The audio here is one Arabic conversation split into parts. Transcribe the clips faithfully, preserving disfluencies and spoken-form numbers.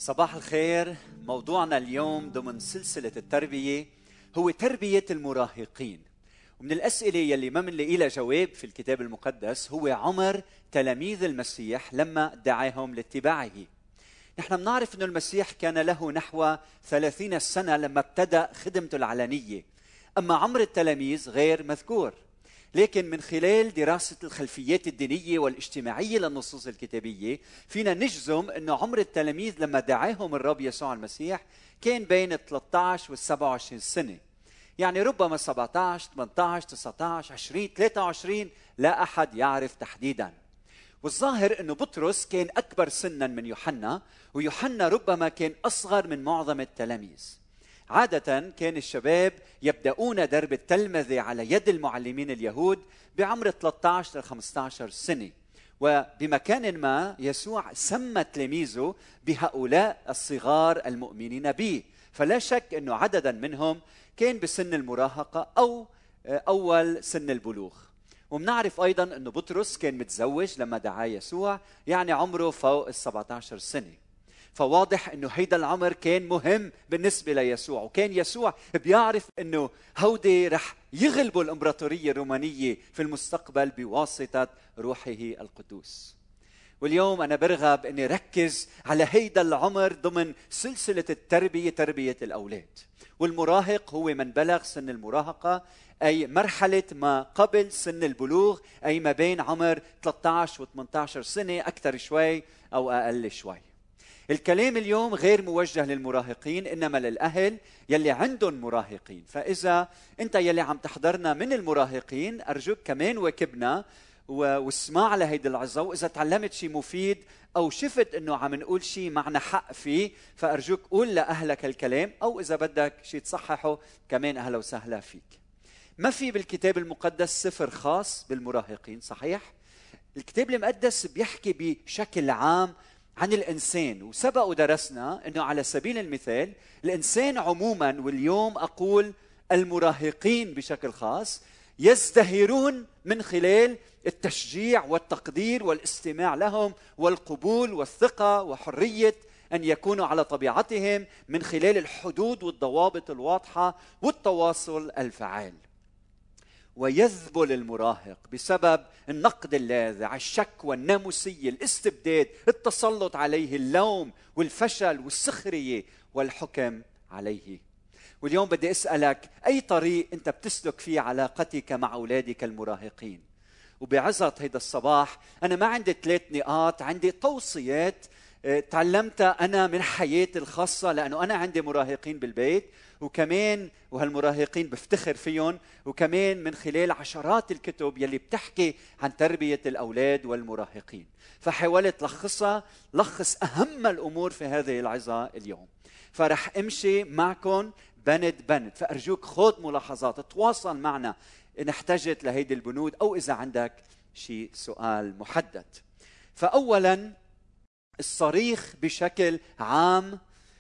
صباح الخير. موضوعنا اليوم ضمن سلسلة التربية هو تربية المراهقين. ومن الأسئلة يلي ما منلاقي لها جواب في الكتاب المقدس هو عمر تلاميذ المسيح لما دعاهم لاتباعه. نحن بنعرف أن المسيح كان له نحو ثلاثين سنة لما ابتدأ خدمته العلنية، أما عمر التلاميذ غير مذكور. لكن من خلال دراسة الخلفيات الدينية والاجتماعية للنصوص الكتابية فينا نجزم أن عمر التلاميذ لما دعاهم الرب يسوع المسيح كان بين ثلاثة عشر والسبعة وعشرين سنة، يعني ربما سبعة عشر، ثمانية عشر، تسعة عشر، عشرين، ثلاثة وعشرين، لا أحد يعرف تحديداً. والظاهر أنه بطرس كان أكبر سناً من يوحنا، ويوحنا ربما كان أصغر من معظم التلاميذ. عادة كان الشباب يبدأون درب التلمذة على يد المعلمين اليهود بعمر ثلاثة عشر إلى خمسة عشر سنة، وبمكان ما يسوع سمى تلاميذه بهؤلاء الصغار المؤمنين به، فلا شك أنه عددا منهم كان بسن المراهقة أو أول سن البلوغ. ومنعرف أيضا أنه بطرس كان متزوج لما دعا يسوع، يعني عمره فوق السبعة عشر سنة. فواضح أنه هيدا العمر كان مهم بالنسبة ليسوع، وكان يسوع بيعرف أنه هودي رح يغلبوا الإمبراطورية الرومانية في المستقبل بواسطة روحه القدوس. واليوم أنا برغب أني ركز على هيدا العمر ضمن سلسلة التربية، تربية الأولاد. والمراهق هو من بلغ سن المراهقة، أي مرحلة ما قبل سن البلوغ، أي ما بين عمر ثلاثة عشر و ثمانية عشر سنة، أكثر شوي أو أقل شوي. الكلام اليوم غير موجه للمراهقين، إنما للأهل يلي عندهم مراهقين. فإذا أنت يلي عم تحضرنا من المراهقين، أرجوك كمان واكبنا واسمع لهيدي العظة، وإذا تعلمت شيء مفيد أو شفت أنه عم نقول شيء معنا حق فيه، فأرجوك قول لأهلك الكلام، أو إذا بدك شيء تصححه كمان أهلا وسهلا فيك. ما في بالكتاب المقدس سفر خاص بالمراهقين، صحيح؟ الكتاب المقدس بيحكي بشكل عام عن الإنسان، وسبق ودرسنا أنه على سبيل المثال الإنسان عموما، واليوم أقول المراهقين بشكل خاص، يزدهرون من خلال التشجيع والتقدير والاستماع لهم والقبول والثقة وحرية أن يكونوا على طبيعتهم من خلال الحدود والضوابط الواضحة والتواصل الفعال. ويذبل المراهق بسبب النقد اللاذع، الشك والناموسية، الاستبداد، التسلط عليه، اللوم والفشل والسخرية والحكم عليه. واليوم بدي أسألك، أي طريق أنت بتسلك فيه علاقتك مع أولادك المراهقين؟ وبعظة هيدا الصباح أنا ما عندي ثلاث نقاط، عندي توصيات تعلمتها أنا من حياتي الخاصة، لأنه أنا عندي مراهقين بالبيت، وكمان وهالمراهقين بفتخر فيهم، وكمان من خلال عشرات الكتب يلي بتحكي عن تربية الأولاد والمراهقين. فحاولت لخصها، لخص أهم الأمور في هذه العظة اليوم، فرح أمشي معكم بند بند. فأرجوك خذ ملاحظات، تواصل معنا إن احتجت لهيدي البنود، أو إذا عندك شيء سؤال محدد. فأولاً الصريخ بشكل عام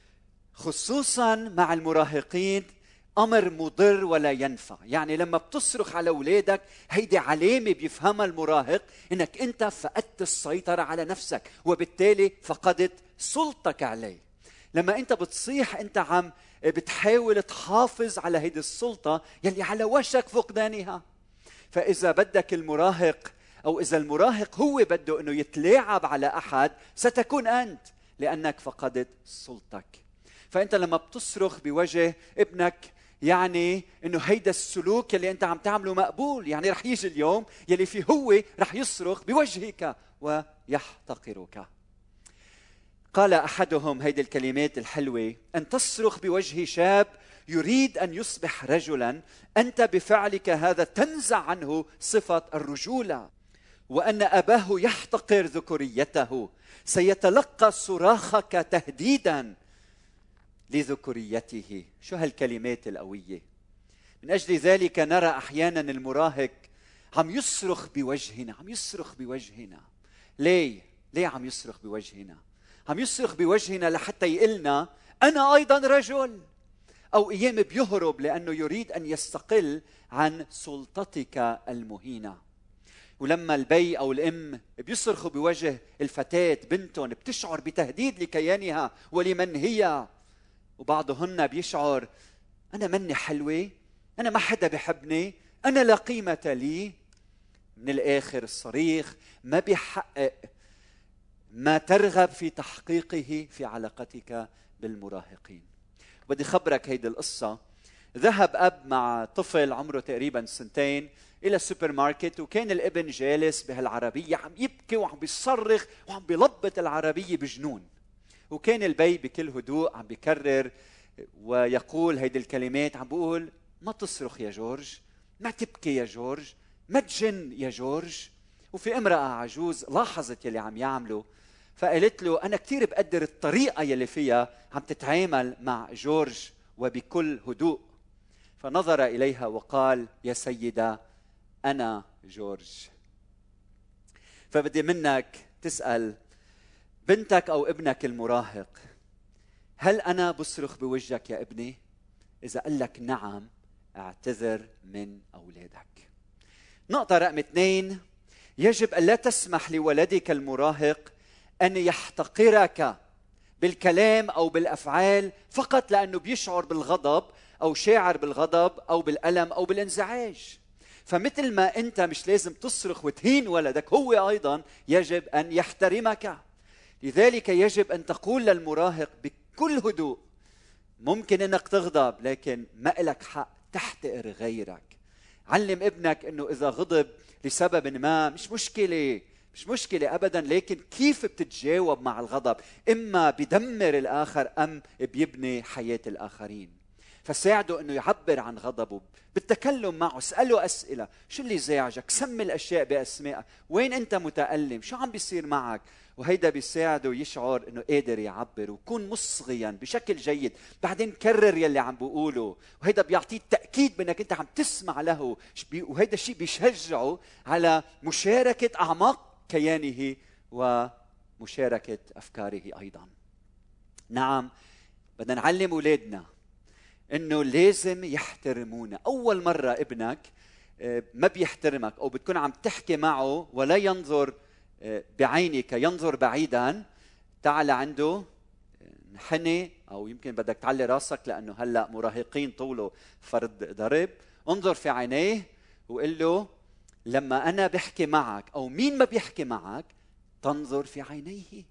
خصوصاً مع المراهقين أمر مضر ولا ينفع. يعني لما بتصرخ على أولادك، هيدي علامة بيفهمها المراهق إنك أنت فقدت السيطرة على نفسك، وبالتالي فقدت سلطتك عليه. لما أنت بتصيح، أنت عم بتحاول تحافظ على هيدي السلطة يلي على وشك فقدانها. فإذا بدك المراهق، أو إذا المراهق هو بده أنه يتلاعب على أحد، ستكون أنت، لأنك فقدت سلطتك. فأنت لما بتصرخ بوجه ابنك، يعني أنه هيدا السلوك يلي أنت عم تعمله مقبول، يعني رح يجي اليوم يلي فيه هو رح يصرخ بوجهك ويحتقرك. قال أحدهم هيدي الكلمات الحلوة: أن تصرخ بوجه شاب يريد أن يصبح رجلا، أنت بفعلك هذا تنزع عنه صفة الرجولة. وأن أباه يحتقر ذكوريته، سيتلقى صراخك تهديدا لذكوريته. شو هالكلمات القوية! من أجل ذلك نرى أحيانا المراهق عم يصرخ بوجهنا، عم يصرخ بوجهنا. ليه؟ ليه عم يصرخ بوجهنا؟ عم يصرخ بوجهنا لحتى يقلنا أنا أيضا رجل، أو أيام بيهرب لأنه يريد أن يستقل عن سلطتك المهينة. ولما البي أو الأم بيصرخوا بوجه الفتاة بنتهم بتشعر بتهديد لكيانها ولمن هي، وبعضهن بيشعر أنا مني حلوة، أنا ما حدا بحبني، أنا لا قيمة لي. من الآخر الصريخ ما بيحقق ما ترغب في تحقيقه في علاقتك بالمراهقين. بدي خبرك هيدي القصة. ذهب أب مع طفل عمره تقريبا سنتين إلى السوبر ماركت، وكان الابن جالس بهالعربية عم يبكي وعم بيصرخ وعم بيلبط العربية بجنون، وكان البي بكل هدوء عم بيكرر ويقول هيدي الكلمات، عم بيقول ما تصرخ يا جورج، ما تبكي يا جورج، ما تجن يا جورج. وفي امرأة عجوز لاحظت يلي عم يعمله، فقالت له أنا كتير بقدر الطريقة يلي فيها عم تتعامل مع جورج وبكل هدوء. فنظر إليها وقال يا سيدة أنا جورج. فبدي منك تسأل بنتك أو ابنك المراهق، هل أنا بصرخ بوجهك يا ابني؟ إذا قال لك نعم اعتذر من أولادك. نقطة رقم اثنين، يجب أن لا تسمح لولدك المراهق أن يحتقرك بالكلام أو بالأفعال فقط لأنه بيشعر بالغضب أو شاعر بالغضب أو بالألم أو بالانزعاج. فمثل ما أنت مش لازم تصرخ وتهين ولدك، هو أيضا يجب أن يحترمك. لذلك يجب أن تقول للمراهق بكل هدوء ممكن أنك تغضب، لكن ما لك حق تحتقر غيرك. علم ابنك أنه إذا غضب لسبب ما مش مشكلة، مش مشكلة أبدا، لكن كيف بتتجاوب مع الغضب، إما بدمر الآخر أم بيبني حياة الآخرين. فساعده أنه يعبر عن غضبه بالتكلم معه، اسأله أسئلة، شو اللي زعجك، سمي الأشياء بأسمائها، وين أنت متألم، شو عم بيصير معك. وهيدا بيساعده يشعر أنه قادر يعبر ويكون مصغيا بشكل جيد. بعدين كرر يلي عم بيقوله، وهيدا بيعطيه التأكيد بأنك أنت عم تسمع له، وهيدا الشيء بيشجعه على مشاركة أعماق كيانه ومشاركة أفكاره أيضا. نعم، بدنا نعلم أولادنا أنه لازم يحترمونا. أول مرة ابنك ما بيحترمك أو بتكون عم تحكي معه ولا ينظر بعينك، ينظر بعيدا، تعال عنده نحني، أو يمكن بدك تعلي راسك لأنه هلأ مراهقين طوله فرد ضرب، انظر في عينيه وقل له لما أنا بحكي معك أو مين ما بيحكي معك تنظر في عينيه.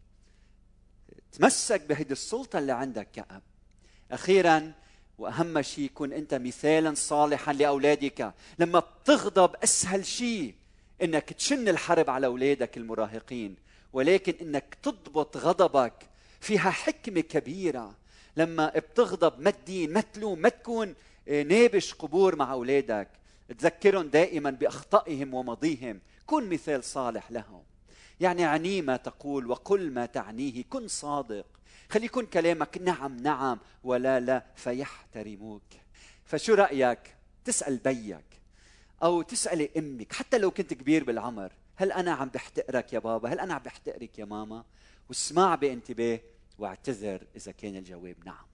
تمسك بهيدي السلطة اللي عندك كأب. أخيراً وأهم شيء، كن أنت مثالاً صالحاً لأولادك. لما بتغضب أسهل شيء إنك تشن الحرب على أولادك المراهقين، ولكن إنك تضبط غضبك فيها حكمة كبيرة. لما بتغضب ما تدين، ما تلوم، ما تكون نابش قبور مع أولادك، تذكرهم دائماً بأخطائهم وماضيهم، كن مثال صالح لهم. يعني عني ما تقول وقل ما تعنيه، كن صادق، خلي يكون كلامك نعم نعم ولا لا فيحترموك. فشو رأيك تسأل بيك أو تسألي أمك حتى لو كنت كبير بالعمر، هل أنا عم بحتقرك يا بابا؟ هل أنا عم بحتقرك يا ماما؟ واسمع بانتباه واعتذر إذا كان الجواب نعم.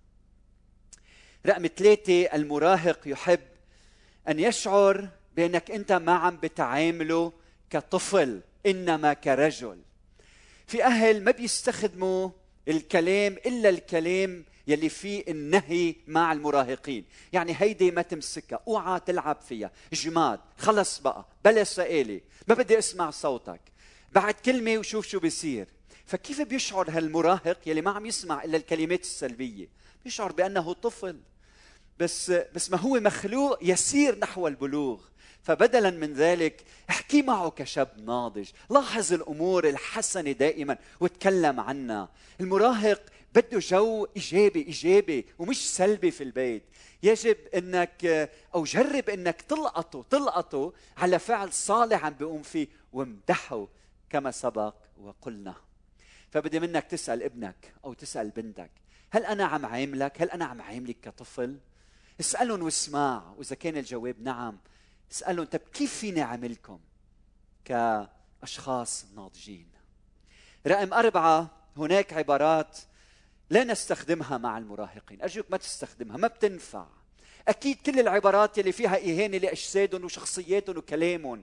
رقم ثلاثة، المراهق يحب أن يشعر بأنك أنت ما عم بتعامله كطفل إنما كرجل. في أهل ما بيستخدموا الكلام إلا الكلام يلي فيه النهي مع المراهقين، يعني هيدي ما تمسكها، اوعى تلعب فيها، جماد، خلص بقى، بلا سائلة، ما بدي اسمع صوتك، بعد كلمة وشوف شو بيصير. فكيف بيشعر هالمراهق يلي ما عم يسمع إلا الكلمات السلبية؟ بيشعر بأنه طفل، بس بس ما هو مخلوق يسير نحو البلوغ. فبدلا من ذلك احكي معه كشاب ناضج، لاحظ الأمور الحسنة دائما وتكلم عنها. المراهق بده جو إيجابي إيجابي ومش سلبي في البيت. يجب أنك أو جرب أنك تلقطه تلقطه على فعل صالح عم بيقوم فيه وامدحه كما سبق وقلنا. فبدي منك تسأل ابنك أو تسأل بنتك، هل أنا عم عاملك؟ هل أنا عم عاملك كطفل؟ اسألهم واسمع، وإذا كان الجواب نعم اسألهم طب كيف فيني أعملكم كأشخاص ناضجين؟ رقم أربعة، هناك عبارات لا نستخدمها مع المراهقين، أرجوك ما تستخدمها، ما بتنفع. أكيد كل العبارات اللي فيها إهانة لأجسادهم وشخصياتهم وكلامهم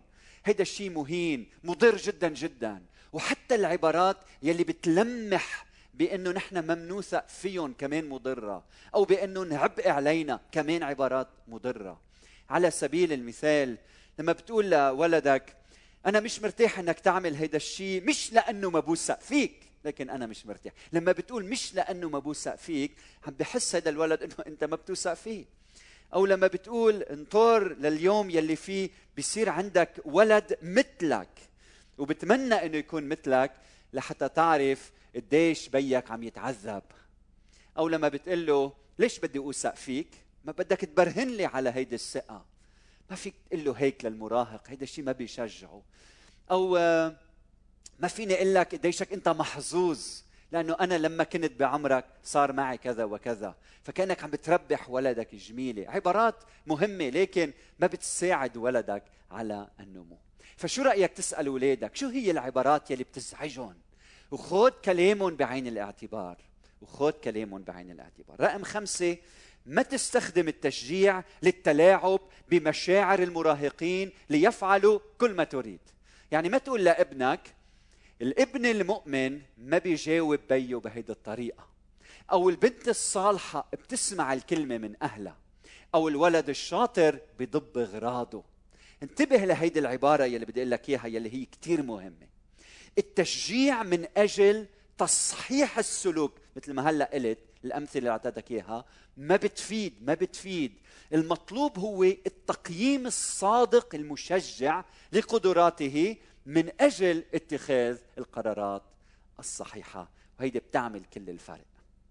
هيدا الشيء مهين مضر جدا جدا. وحتى العبارات يلي بتلمح بأنه نحن ممنوثق فيهم كمان مضرة، أو بأنه عبء علينا كمان عبارات مضرة. على سبيل المثال لما بتقول لولدك أنا مش مرتاح أنك تعمل هيدا الشيء مش لأنه ما بوثق فيك، لكن أنا مش مرتاح. لما بتقول مش لأنه ما بوثق فيك، عم بحس هيدا الولد أنه أنت ما بتوثق فيه. أو لما بتقول انطر لليوم يلي فيه بيصير عندك ولد مثلك، وبتمنى أنه يكون مثلك لحتى تعرف قديش بيك عم يتعذب. أو لما بتقول له ليش بدي أوثق فيك؟ ما بدك تبرهن لي على هيدي الثقة. ما فيك تقول له هيك للمراهق، هيدا الشيء ما بيشجعه. أو ما فيني أقول لك قديشك أنت محظوظ لأنه أنا لما كنت بعمرك صار معي كذا وكذا، فكأنك عم بتربح ولدك الجميلة. عبارات مهمة لكن ما بتساعد ولدك على النمو. فشو رأيك تسأل أولادك شو هي العبارات يلي بتزعجهم، وخذ كلامهم بعين الاعتبار، وخذ كلامهم بعين الاعتبار. رقم خمسة، ما تستخدم التشجيع للتلاعب بمشاعر المراهقين ليفعلوا كل ما تريد. يعني ما تقول لابنك الابن المؤمن ما بيجاوب بيه بهيدي الطريقة، أو البنت الصالحة بتسمع الكلمة من أهلها، أو الولد الشاطر بضب غراضه. انتبه لهيدي العبارة يلي بدي أقول لك إياها يلي هي كتير مهمة. التشجيع من أجل تصحيح السلوك، مثل ما هلأ قلت الأمثلة اللي أعطيتك إياها، ما بتفيد ما بتفيد. المطلوب هو التقييم الصادق المشجع لقدراته من أجل اتخاذ القرارات الصحيحة، وهيدي بتعمل كل الفرق.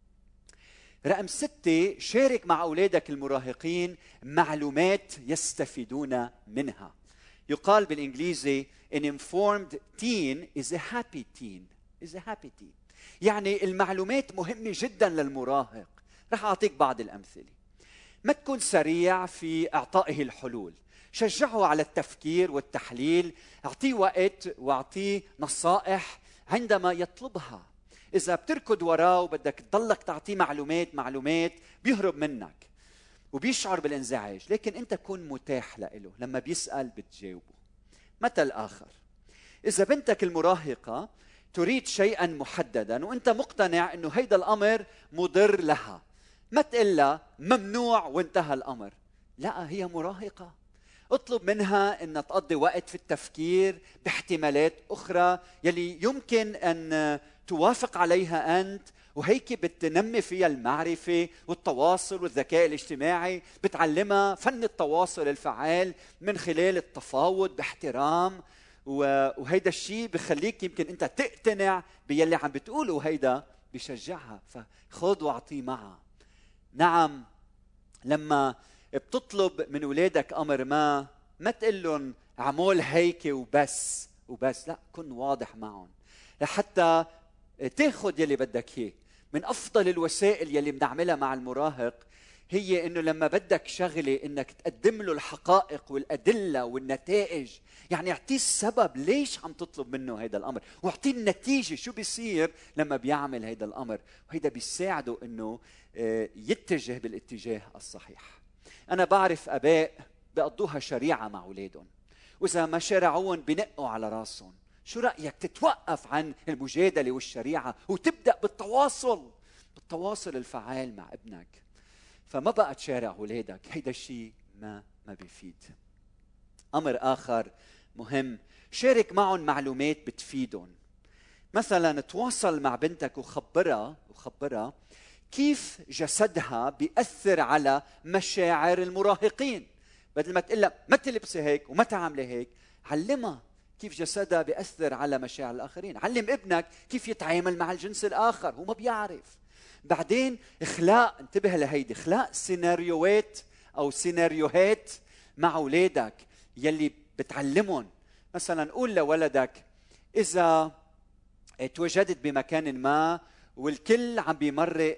رقم ستة، شارك مع أولادك المراهقين معلومات يستفيدون منها. يقال بالإنجليزي an informed teen is a happy teen is a happy teen. يعني المعلومات مهمة جدا للمراهق. رح أعطيك بعض الأمثلة. ما تكون سريع في إعطائه الحلول، شجعه على التفكير والتحليل، أعطيه وقت وأعطيه نصائح عندما يطلبها. إذا بتركض وراه وبدك تضلك تعطيه معلومات معلومات بيهرب منك وبيشعر بالانزعاج، لكن أنت كن متاح له، لما بيسأل بتجاوبه. مثل آخر، إذا بنتك المراهقة تريد شيئا محددا وأنت مقتنع أنه هيدا الأمر مضر لها، ما تقول لها ممنوع وانتهى الأمر. لا، هي مراهقة، اطلب منها أن تقضي وقت في التفكير باحتمالات أخرى يلي يمكن أن توافق عليها أنت، وهيك بتنمي فيها المعرفة والتواصل والذكاء الاجتماعي. بتعلمها فن التواصل الفعال من خلال التفاوض باحترام، وهيدا الشيء بخليك يمكن أنت تقتنع باللي عم بتقوله، وهيدا بشجعها. فخذ واعطيه معها. نعم، لما بتطلب من أولادك أمر ما، ما تقول لهم عمول هيك وبس وبس، لا، كن واضح معهم لحتى تاخذ يلي بدك اياه. من افضل الوسائل يلي بنعملها مع المراهق هي انه لما بدك شغله انك تقدم له الحقائق والادله والنتائج. يعني اعطيه السبب ليش عم تطلب منه هذا الامر، واعطيه النتيجه شو بيصير لما بيعمل هذا الامر، وهيدا بيساعده انه يتجه بالاتجاه الصحيح. انا بعرف اباء بيقضوها شريعه مع اولادهم، واذا ما شرعوهم بنقوا على راسهم. شو رأيك تتوقف عن المجادلة والشريعة وتبدأ بالتواصل بالتواصل الفعال مع ابنك؟ فما بقى تشارع أولادك، هيدا الشيء ما ما بيفيد. أمر آخر مهم، شارك معهم معلومات بتفيدهم. مثلا تواصل مع بنتك وخبرها وخبرها كيف جسدها بيأثر على مشاعر المراهقين. بدل ما تقول لها ما تلبسي هيك وما تعملي هيك، علمها كيف جسدها بيأثر على مشاعر الآخرين. علم ابنك كيف يتعامل مع الجنس الآخر، هو ما بيعرف. بعدين اخلاق، انتبه لهيدي، اخلاق سيناريوهات أو سيناريوهات مع أولادك يلي بتعلمهم. مثلا قول لولدك إذا تواجدت بمكان ما والكل عم بيمرق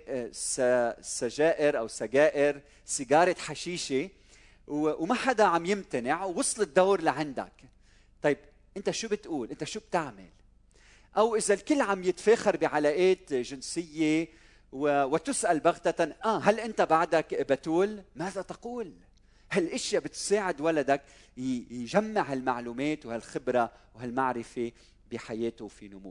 سجائر أو سجائر سيجارة حشيشة وما حدا عم يمتنع ووصل الدور لعندك، طيب أنت شو بتقول؟ أنت شو بتعمل؟ أو إذا الكل عم يتفاخر بعلاقات جنسية وتسأل بغتة آه هل أنت بعدك بتول؟ ماذا تقول؟ هالاشياء بتساعد ولدك يجمع هالمعلومات وهالخبرة وهالمعرفة بحياته وفي نموه.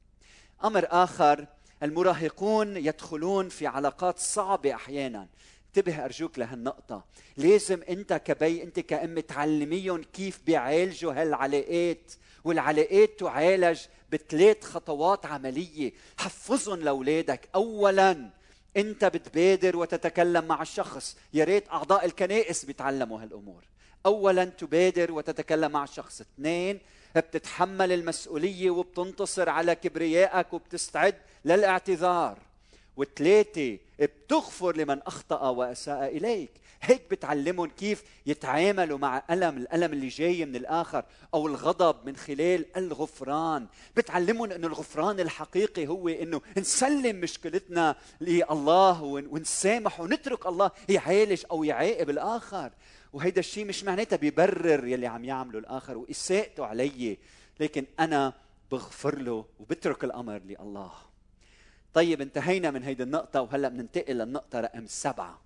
أمر آخر، المراهقون يدخلون في علاقات صعبة أحيانا. انتبه أرجوك لهالنقطة. لازم أنت كبي، أنت كأم تعلميهم كيف بيعالجوا هالعلاقات، والعلاقات تعالج بثلاث خطوات عملية. حفظهم لأولادك. أولا أنت بتبادر وتتكلم مع الشخص. يا ريت أعضاء الكنائس بيتعلموا هالأمور. أولا تبادر وتتكلم مع الشخص. اثنين، بتتحمل المسؤولية وبتنتصر على كبريائك وبتستعد للاعتذار. وثلاثة، بتغفر لمن أخطأ وأساء إليك. هيك بتعلمهم كيف يتعاملوا مع ألم، الألم اللي جاي من الآخر أو الغضب، من خلال الغفران. بتعلمهم أنه الغفران الحقيقي هو أنه نسلم مشكلتنا لله ونسامح ونترك الله يعالج أو يعاقب الآخر. وهيدا الشيء مش معناتها بيبرر يلي عم يعمله الآخر وإساءته علي، لكن أنا بغفر له وبترك الأمر لله. طيب انتهينا من هيدي النقطة، وهلأ بننتقل للنقطة رقم سبعة.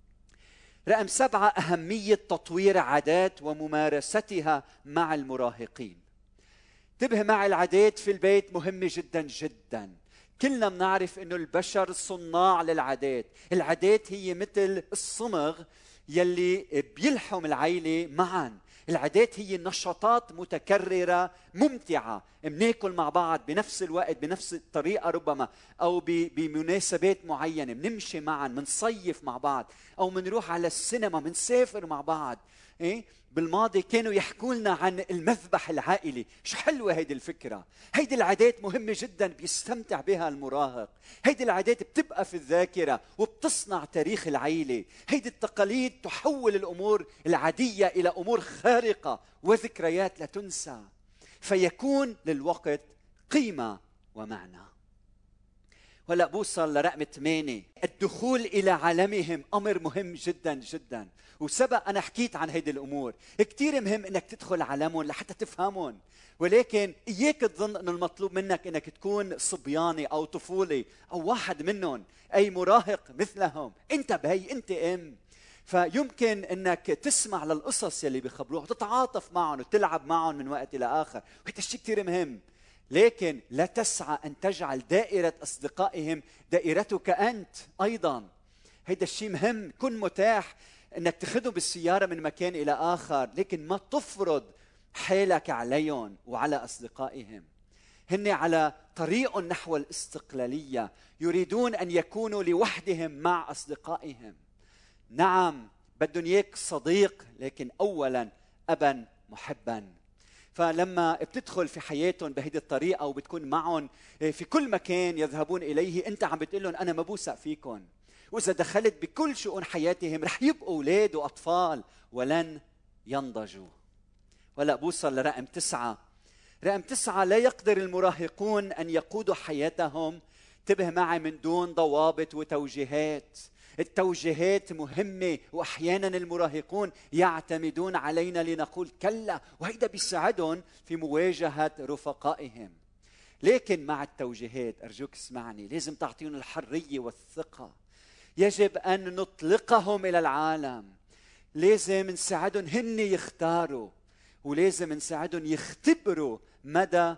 رقم سبعة، أهمية تطوير عادات وممارستها مع المراهقين. انتبه معي، العادات في البيت مهمة جدا جدا. كلنا بنعرف انه البشر صناع للعادات. العادات هي مثل الصمغ يلي بيلحم العائلة معا. العادات هي نشاطات متكررة ممتعة، بناكل مع بعض بنفس الوقت بنفس الطريقة ربما، أو بمناسبات معينة بنمشي معا، بنصيف مع بعض، أو بنروح على السينما، بنسافر مع بعض. إيه؟ بالماضي كانوا يحكوا لنا عن المذبح العائلي. شو حلوة هيدي الفكرة. هيدي العادات مهمة جدا بيستمتع بها المراهق. هيدي العادات بتبقى في الذاكرة وبتصنع تاريخ العائلة. هيدي التقاليد تحول الأمور العادية إلى أمور خارقة وذكريات لا تنسى، فيكون للوقت قيمة ومعنى. ولا بوصل لرقم ثمانية، الدخول إلى عالمهم أمر مهم جدا جدا. وسبق أنا حكيت عن هيدي الأمور. كتير مهم أنك تدخل عالمهم لحتى تفهمهم، ولكن إياك تظن أنه المطلوب منك أنك تكون صبياني أو طفولي أو واحد منهم، أي مراهق مثلهم. أنت بهي، أنت أم، فيمكن أنك تسمع للقصص يلي بيخبروها وتتعاطف معهم وتلعب معهم من وقت إلى آخر، وهذا الشيء كتير مهم. لكن لا تسعى أن تجعل دائرة أصدقائهم دائرتك أنت أيضا. هيدا الشيء مهم. كن متاح أنك تاخذهم بالسيارة من مكان إلى آخر، لكن ما تفرض حالك عليهم وعلى أصدقائهم. هن على طريق نحو الاستقلالية، يريدون أن يكونوا لوحدهم مع أصدقائهم. نعم، بدهم إياك صديق، لكن أولا أبا محبا. فلما بتدخل في حياتهم بهذه الطريقة وبتكون معهم في كل مكان يذهبون إليه، أنت عم بتقول لهم أنا ما بوثق فيكم. وإذا دخلت بكل شؤون حياتهم رح يبقوا أولاد وأطفال ولن ينضجوا. ولا بوصل لرقم تسعة. رقم تسعة، لا يقدر المراهقون أن يقودوا حياتهم، انتبه معي، من دون ضوابط وتوجيهات. التوجيهات مهمة، وأحيانا المراهقون يعتمدون علينا لنقول كلا، وهيدا بيساعدهم في مواجهة رفقائهم. لكن مع التوجيهات أرجوك اسمعني، لازم تعطيهم الحرية والثقة. يجب أن نطلقهم إلى العالم. لازم نساعدهم هن يختاروا، ولازم نساعدهم يختبروا مدى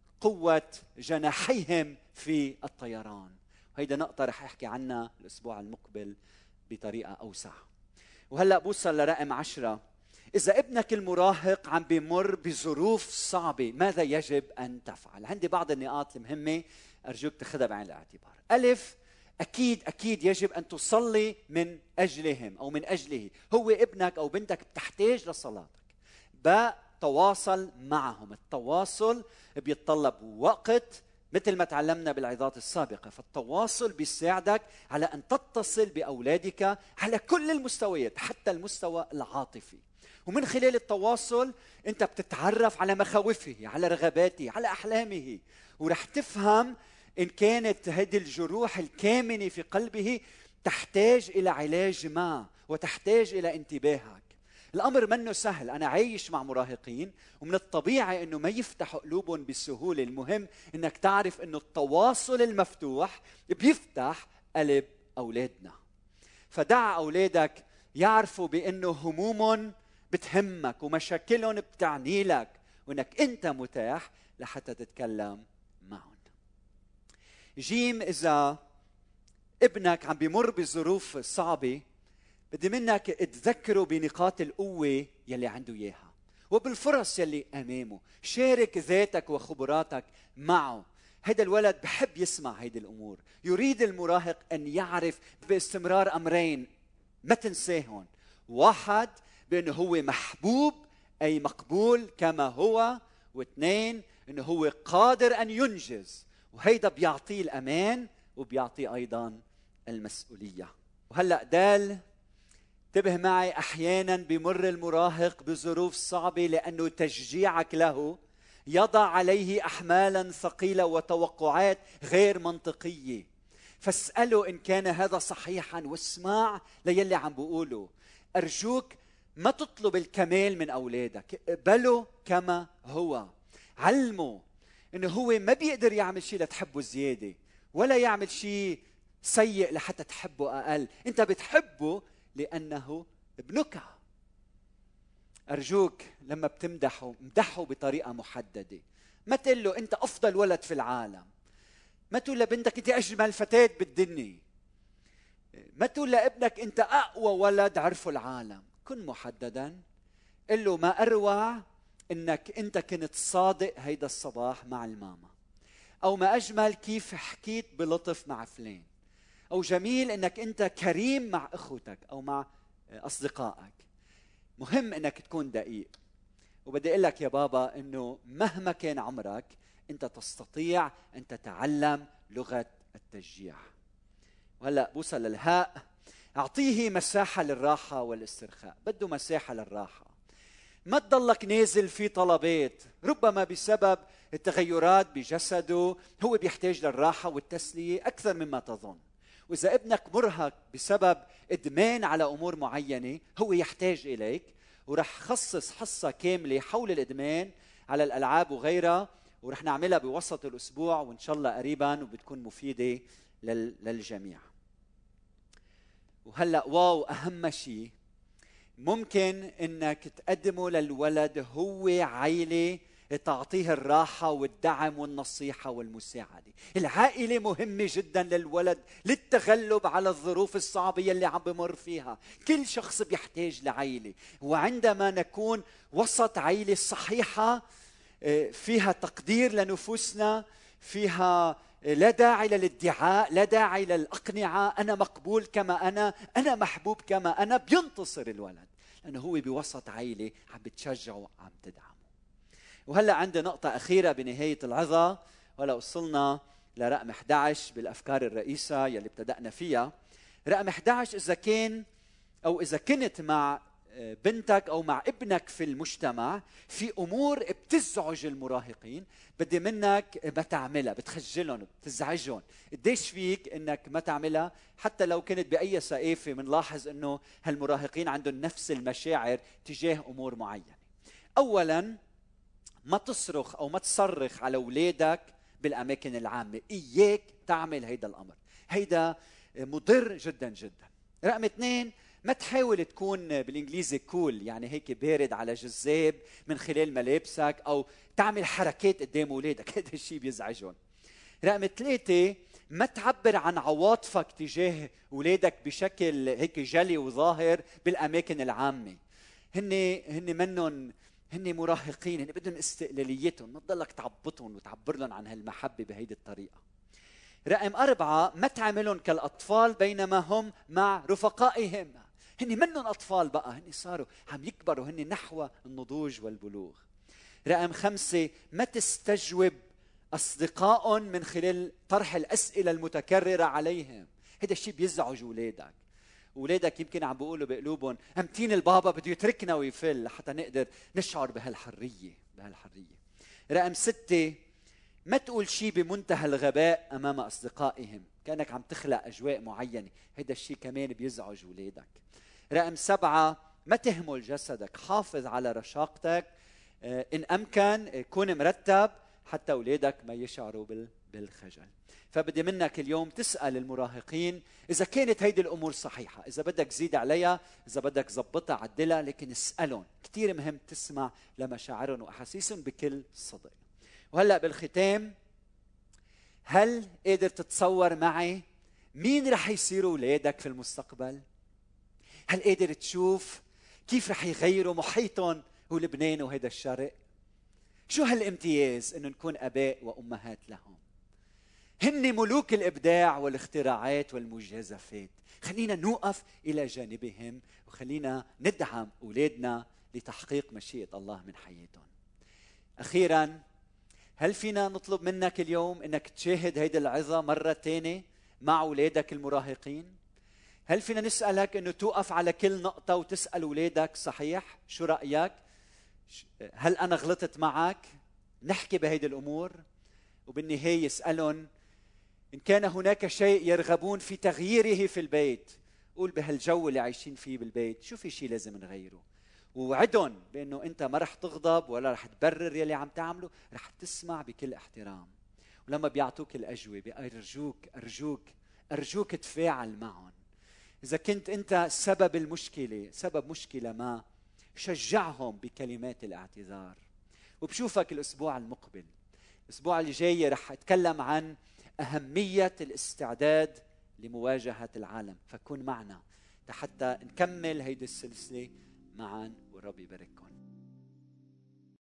قوة جناحيهم في الطيران. وهيدا نقطة رح أحكي عنها الأسبوع المقبل بطريقة أوسع. وهلأ بوصل لرقم عشرة. إذا ابنك المراهق عم بيمر بظروف صعبة، ماذا يجب أن تفعل؟ عندي بعض النقاط المهمة أرجوك تاخذها بعين الاعتبار. ألف، أكيد أكيد يجب أن تصلي من أجلهم أو من أجله. هو ابنك أو بنتك بتحتاج لصلاتك. باء، تواصل معهم. التواصل بيتطلب وقت مثل ما تعلمنا بالعظات السابقة، فالتواصل بيساعدك على أن تتصل بأولادك على كل المستويات، حتى المستوى العاطفي. ومن خلال التواصل أنت بتتعرف على مخاوفه، على رغباته، على أحلامه، ورح تفهم إن كانت هذه الجروح الكامنة في قلبه تحتاج إلى علاج ما وتحتاج إلى انتباهك. الأمر منه سهل. أنا عايش مع مراهقين ومن الطبيعي أنه ما يفتحوا قلوبهم بسهولة. المهم أنك تعرف أنه التواصل المفتوح بيفتح قلب أولادنا. فدع أولادك يعرفوا بأنه هموم بتهمك ومشاكلهم بتعني لك، وأنك أنت متاح لحتى تتكلم معهم. جيم، إذا ابنك عم بيمر بظروف صعبة، بدي منك تذكره بنقاط القوة يلي عنده إياها وبالفرص يلي أمامه. شارك ذاتك وخبراتك معه. هيدا الولد بحب يسمع هيدي الأمور. يريد المراهق أن يعرف باستمرار أمرين ما تنساهم: واحد، بأنه هو محبوب أي مقبول كما هو، واثنين، أنه هو قادر أن ينجز، وهيدا بيعطيه الأمان وبيعطيه أيضا المسؤولية. وهلأ دال، انتبه معي، أحيانا بمر المراهق بظروف صعبة لأنه تشجيعك له يضع عليه أحمالا ثقيلة وتوقعات غير منطقية. فاسأله إن كان هذا صحيحا واسمع ليلي عم بقوله. أرجوك ما تطلب الكمال من أولادك، اقبله كما هو. علمه إنه هو ما بيقدر يعمل شيء لتحبه زيادة، ولا يعمل شيء سيء لحتى تحبه أقل. أنت بتحبه لأنه ابنك. أرجوك لما بتمدحه امدحه بطريقة محددة. ما تقول له أنت أفضل ولد في العالم، ما تقول لبنتك أنت أجمل فتاة بالدنيا، ما تقول لابنك أنت أقوى ولد عرفه العالم. كن محددا. قل له ما أروع أنك أنت كنت صادق هيدا الصباح مع الماما، أو ما أجمل كيف حكيت بلطف مع فلان، أو جميل أنك أنت كريم مع أخوتك أو مع أصدقائك. مهم أنك تكون دقيق. وبدي أقول لك يا بابا أنه مهما كان عمرك أنت تستطيع أن تتعلم لغة التشجيع. وهلأ بوصل للهاء. أعطيه مساحة للراحة والاسترخاء. بده مساحة للراحة. ما تضلك نازل في طلبات، ربما بسبب التغيرات بجسده هو بيحتاج للراحة والتسلية أكثر مما تظن. وإذا ابنك مرهق بسبب إدمان على أمور معينة هو يحتاج إليك، ورح خصص حصة كاملة حول الإدمان على الألعاب وغيرها، ورح نعملها بوسط الأسبوع وإن شاء الله قريبا، وبتكون مفيدة للجميع. وهلأ واو، أهم شيء ممكن إنك تقدمه للولد هو عائلة تعطيه الراحة والدعم والنصيحة والمساعدة. العائلة مهمة جدا للولد للتغلب على الظروف الصعبة اللي عم بمر فيها. كل شخص بيحتاج لعائلة، وعندما نكون وسط عائلة صحيحة فيها تقدير لنفوسنا، فيها لا داعي للادعاء، لا داعي للأقنعة، أنا مقبول كما أنا، أنا محبوب كما أنا، بينتصر الولد لأنه هو بوسط عائلة عم بتشجعه وعم تدعمه. وهلأ عندي نقطة أخيرة بنهاية العظة، ولا وصلنا لرقم أحد عشر بالأفكار الرئيسة يلي ابتدأنا فيها. رقم أحد عشر، إذا كان أو إذا كنت مع بنتك أو مع ابنك في المجتمع في أمور بتزعج المراهقين، بدي منك ما تعملها، بتخجلهم بتزعجهم. قديش فيك إنك ما تعملها حتى لو كنت بأي سقافة؟ منلاحظ إنه هالمراهقين عندهم نفس المشاعر تجاه أمور معينة. أولاً، ما تصرخ أو ما تصرخ على أولادك بالأماكن العامة. إياك تعمل هيدا الأمر، هيدا مضر جدا جدا. رقم اثنين، ما تحاول تكون بالإنجليزي كول، يعني هيك بارد على جذاب من خلال ملابسك أو تعمل حركات قدام أولادك، هذا الشيء بيزعجهم. رقم ثلاثة، ما تعبر عن عواطفك تجاه أولادك بشكل هيك جلي وظاهر بالأماكن العامة. هن هن منهم هن مراهقين، هن بدهم استقلاليتهم، ما تضلك تعبطهم وتعبر لهم عن هالمحبة بهيدي الطريقة. رقم أربعة، ما تعملهم كالأطفال بينما هم مع رفقائهم. هن منهم أطفال بقى، هن صاروا عم يكبروا، هن نحو النضوج والبلوغ. رقم خمسة، ما تستجوب أصدقائهم من خلال طرح الأسئلة المتكررة عليهم. هذا الشيء بيزعج أولادك. أولادك يمكن عم بيقولوا بقلوبهم أمتين البابا بده يتركنا ويفل حتى نقدر نشعر بهالحرية بهالحرية. رقم ستة، ما تقول شيء بمنتهى الغباء أمام أصدقائهم، كأنك عم تخلق أجواء معينة. هذا الشيء كمان بيزعج أولادك. رقم سبعة، ما تهمل جسدك، حافظ على رشاقتك، إن أمكن كون مرتب حتى أولادك ما يشعروا بالخجل. فبدي منك اليوم تسأل المراهقين إذا كانت هيدي الأمور صحيحة، إذا بدك زيد عليها، إذا بدك زبطها عدلها، لكن اسألهم. كتير مهم تسمع لمشاعرهم وأحاسيسهم بكل صدق. وهلأ بالختام، هل قادر تتصور معي مين رح يصيروا أولادك في المستقبل؟ هل قادر تشوف كيف رح يغيروا محيطهم ولبنان وهذا الشرق؟ شو هالامتياز إنه نكون آباء وأمهات لهم. هن ملوك الإبداع والاختراعات والمجازفات. خلينا نوقف إلى جانبهم وخلينا ندعم أولادنا لتحقيق مشيئة الله من حياتهم. أخيراً، هل فينا نطلب منك اليوم إنك تشاهد هيدي العظة مرة تانية مع أولادك المراهقين؟ هل فينا نسألك إنه توقف على كل نقطة وتسأل أولادك صحيح شو رأيك؟ هل أنا غلطت معك؟ نحكي بهيدي الأمور. وبالنهاية اسألهم إن كان هناك شيء يرغبون في تغييره في البيت. قول بهالجو اللي عايشين فيه بالبيت شو في شيء لازم نغيره، ووعدهم بأنه أنت ما رح تغضب ولا رح تبرر يلي عم تعمله، رح تسمع بكل احترام. ولما بيعطوك الأجوبة أرجوك أرجوك أرجوك تفاعل معهم. إذا كنت أنت سبب المشكلة، سبب مشكلة ما، شجعهم بكلمات الاعتذار. وبشوفك الأسبوع المقبل. الأسبوع اللي جاي رح أتكلم عن أهمية الاستعداد لمواجهة العالم، فكن معنا حتى نكمل هيدي السلسلة معا، والرب يبارككم.